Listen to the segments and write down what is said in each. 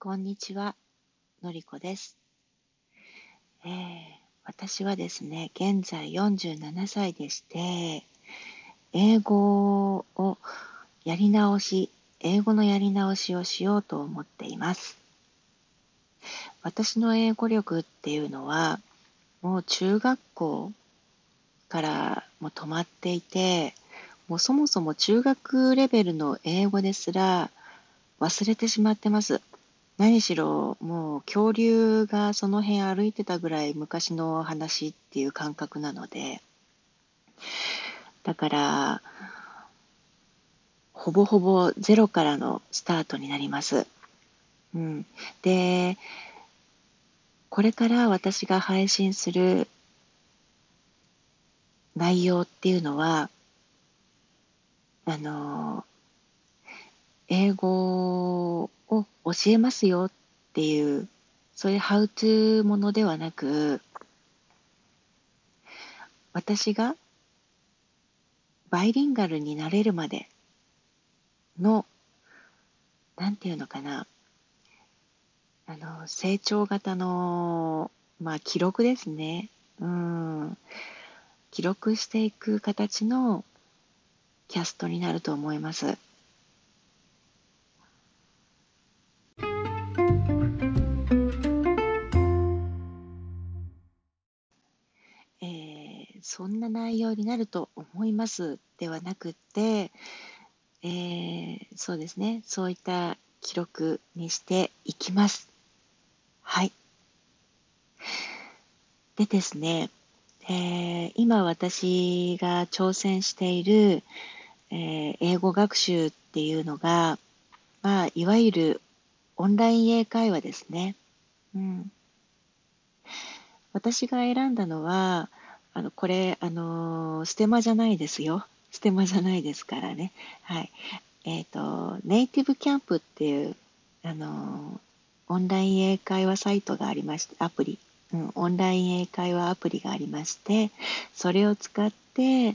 こんにちは、のりこです。私はですね、現在47歳でして、英語をやり直し、英語のやり直しをしようと思っています。私の英語力っていうのは、もう中学校からもう止まっていて、もうそもそも中学レベルの英語ですら忘れてしまってます。何しろもう恐竜がその辺歩いてたぐらい昔の話っていう感覚なので、だからほぼほぼゼロからのスタートになります。で、これから私が配信する内容っていうのは、英語を教えますよっていう、そういうハウトゥーものではなく、私がバイリンガルになれるまでの、なんていうのかな、成長型の、記録ですね。記録していく形のキャストになると思います。そんな内容になると思いますではなくって、そうですね、そういった記録にしていきます。はい。でですね、今私が挑戦している、英語学習っていうのが、いわゆるオンライン英会話ですね。私が選んだのは、これ、ステマじゃないですよ。ステマじゃないですからね。はい。ネイティブキャンプっていう、オンライン英会話サイトがありまして、アプリ、オンライン英会話アプリがありまして、それを使って、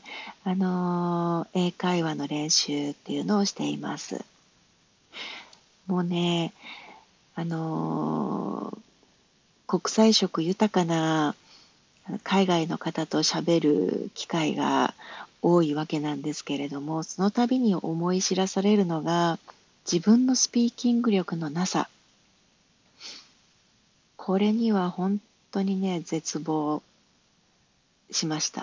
英会話の練習っていうのをしています。もうね、あのー国際色豊かな海外の方と喋る機会が多いわけなんですけれども、その度に思い知らされるのが自分のスピーキング力のなさ。これには本当にね、絶望しました。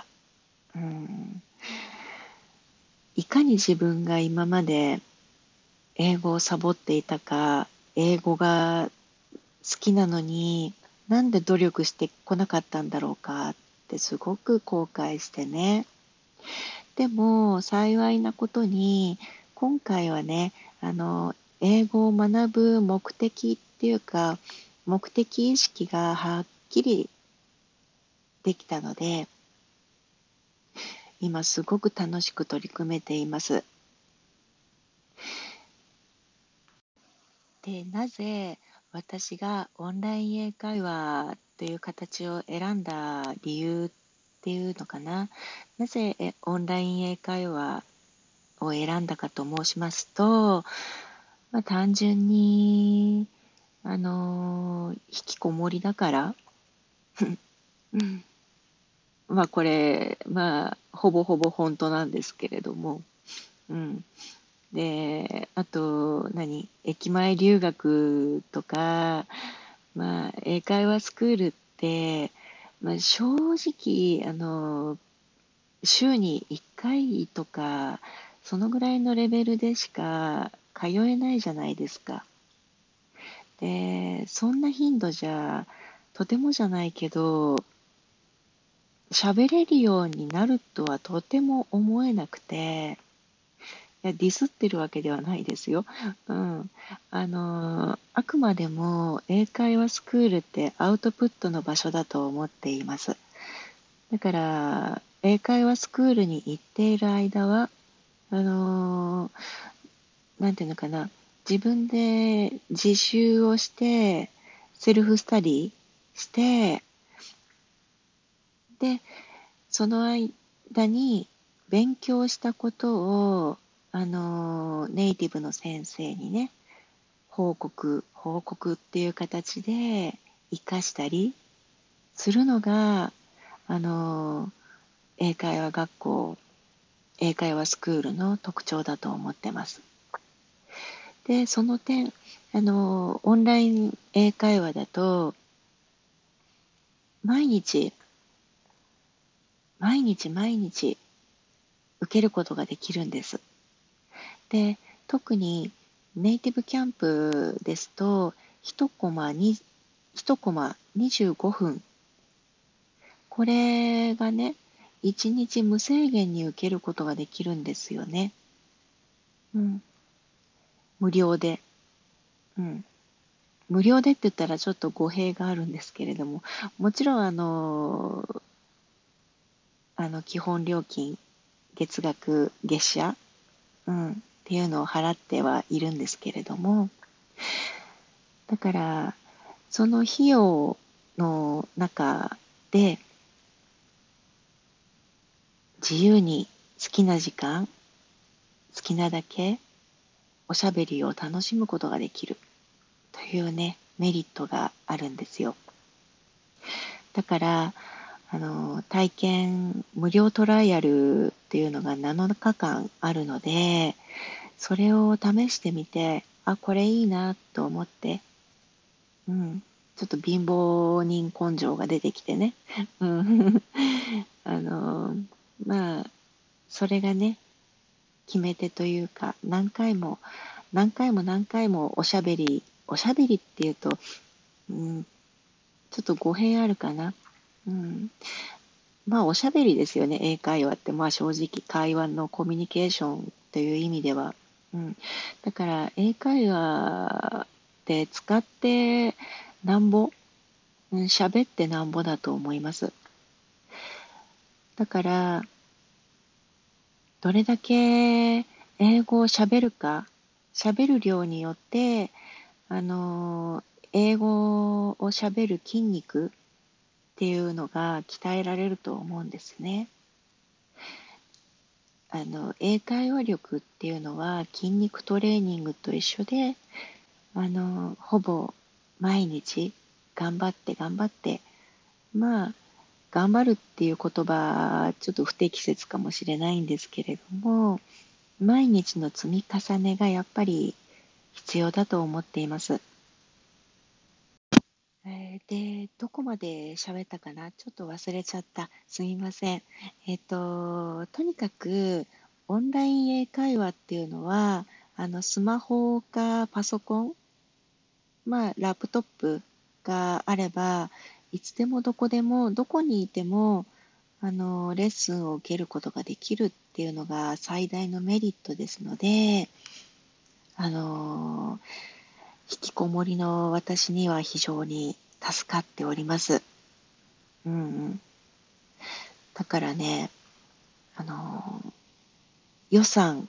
いかに自分が今まで英語をサボっていたか、英語が好きなのになんで努力してこなかったんだろうかってすごく後悔してね。でも幸いなことに今回はね、英語を学ぶ目的っていうか目的意識がはっきりできたので、今すごく楽しく取り組めています。で、なぜ私がオンライン英会話という形を選んだ理由っていうのかな。なぜオンライン英会話を選んだかと申しますと、単純に、引きこもりだから、これ、ほぼほぼ本当なんですけれども、うん。で、あと、駅前留学とか、英会話スクールって、正直、週に1回とか、そのぐらいのレベルでしか通えないじゃないですか。で、そんな頻度じゃ、とてもじゃないけど、喋れるようになるとはとても思えなくて、いや、ディスってるわけではないですよ。あくまでも英会話スクールってアウトプットの場所だと思っています。だから、英会話スクールに行っている間は、あのーなんていうのかな、自分で自習をして、セルフスタディして、で、その間に勉強したことを、ネイティブの先生にね、 報告っていう形で活かしたりするのが、英会話学校、英会話スクールの特徴だと思ってます。で、その点、オンライン英会話だと、毎日、毎日受けることができるんです。で、特にネイティブキャンプですと、1コマ25分。これがね、1日無制限に受けることができるんですよね。うん。無料で。うん。無料でって言ったらちょっと語弊があるんですけれども、もちろん基本料金、月額、月謝、っていうのを払ってはいるんですけれども、だから、その費用の中で自由に好きな時間、好きなだけおしゃべりを楽しむことができるというね、メリットがあるんですよ。だから、体験無料トライアルっていうのが7日間あるので、それを試してみて、あ、これいいなと思って、ちょっと貧乏人根性が出てきてね。うん、まあ、それがね、決め手というか、何回もおしゃべりっていうと、うん、ちょっと語弊あるかな。うん、まあ、おしゃべりですよね、英会話って。まあ、正直、会話のコミュニケーションという意味では。うん、だから、英会話って使ってなんぼ、喋ってなんぼだと思います。だから、どれだけ英語を喋るか、喋る量によって、あの、英語を喋る筋肉っていうのが鍛えられると思うんですね。英会話力っていうのは筋肉トレーニングと一緒で、ほぼ毎日頑張って、まあ、頑張るっていう言葉、ちょっと不適切かもしれないんですけれども、毎日の積み重ねがやっぱり必要だと思っています。で、どこまで喋ったかな、ちょっと忘れちゃった。すみません。とにかく、オンライン英会話っていうのは、スマホかパソコン、まあ、ラップトップがあれば、いつでもどこでも、どこにいても、レッスンを受けることができるっていうのが最大のメリットですので、あの、引きこもりの私には非常に助かっております。うんうん。だからね、あの、予算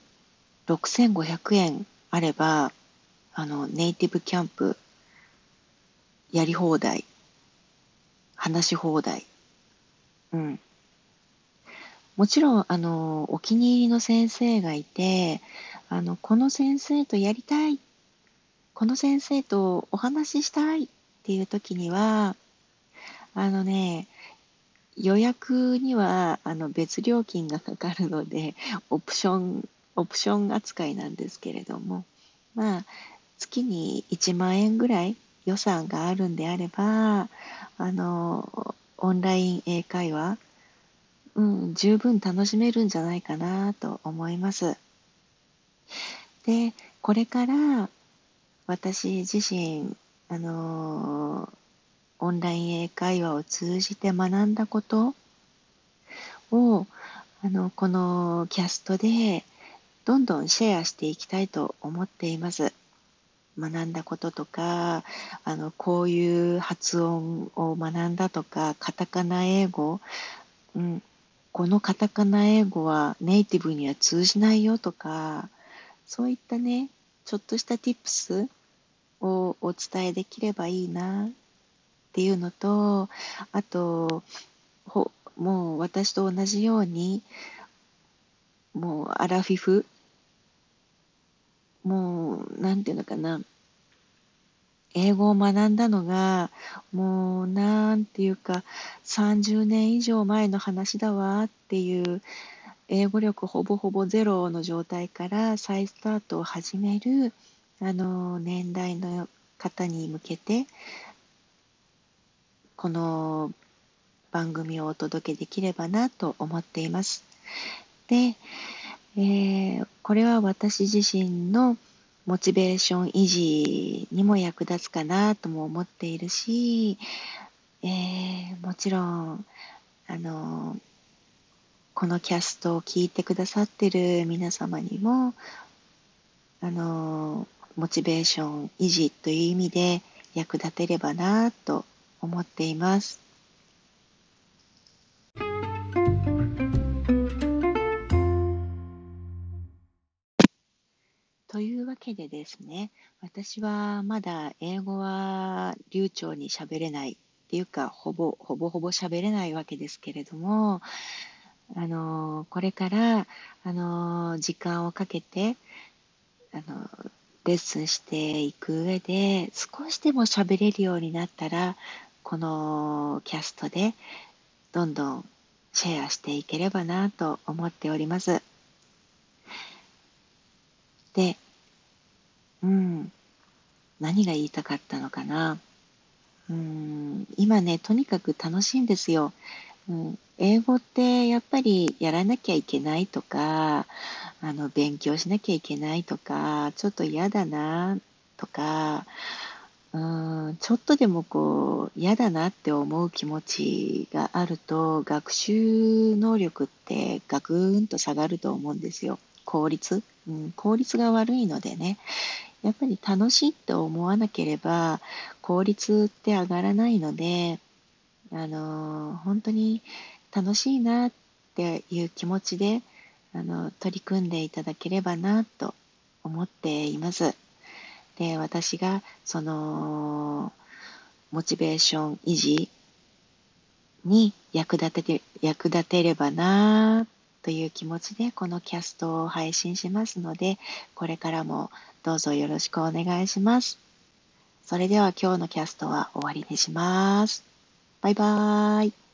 6500円あれば、ネイティブキャンプやり放題、話し放題。うん。もちろん、お気に入りの先生がいて、この先生とやりたい、この先生とお話ししたいっていう時には、あのね、予約には別料金がかかるので、オプション扱いなんですけれども、まあ、月に1万円ぐらい予算があるんであれば、オンライン英会話、十分楽しめるんじゃないかなと思います。で、これから私自身、あの、オンライン英会話を通じて学んだことを、このキャストでどんどんシェアしていきたいと思っています。学んだこととか、こういう発音を学んだとか、カタカナ英語、うん、このカタカナ英語はネイティブには通じないよとか、そういったね、ちょっとした tips をお伝えできればいいなっていうのと、あと、もう私と同じように、もうアラフィフ、もう、なんていうのかな、 英語を学んだのが、もうなんていうか、30年以上前の話だわっていう、英語力ほぼほぼゼロの状態から再スタートを始める、年代の方に向けて、この番組をお届けできればなと思っています。で、これは私自身のモチベーション維持にも役立つかなとも思っているし、もちろん、このキャストを聞いてくださっている皆様にも、モチベーション維持という意味で役立てればなと思っています。というわけでですね、私はまだ英語は流暢に喋れないっていうか、ほぼ喋れないわけですけれども、これから、時間をかけて、レッスンしていく上で、少しでも喋れるようになったら、このキャストでどんどんシェアしていければなと思っております。で、何が言いたかったのかな。今ね、とにかく楽しいんですよ。英語ってやっぱりやらなきゃいけないとか、勉強しなきゃいけないとか、ちょっと嫌だなとか、ちょっとでもこう嫌だなって思う気持ちがあると、学習能力ってガクーンと下がると思うんですよ。効率が悪いのでね。やっぱり楽しいって思わなければ効率って上がらないので、本当に楽しいなっていう気持ちで、取り組んでいただければなと思っています。で、私がそのモチベーション維持に役立てればなという気持ちでこのキャストを配信しますので、これからもどうぞよろしくお願いします。それでは今日のキャストは終わりにします。バイバーイ。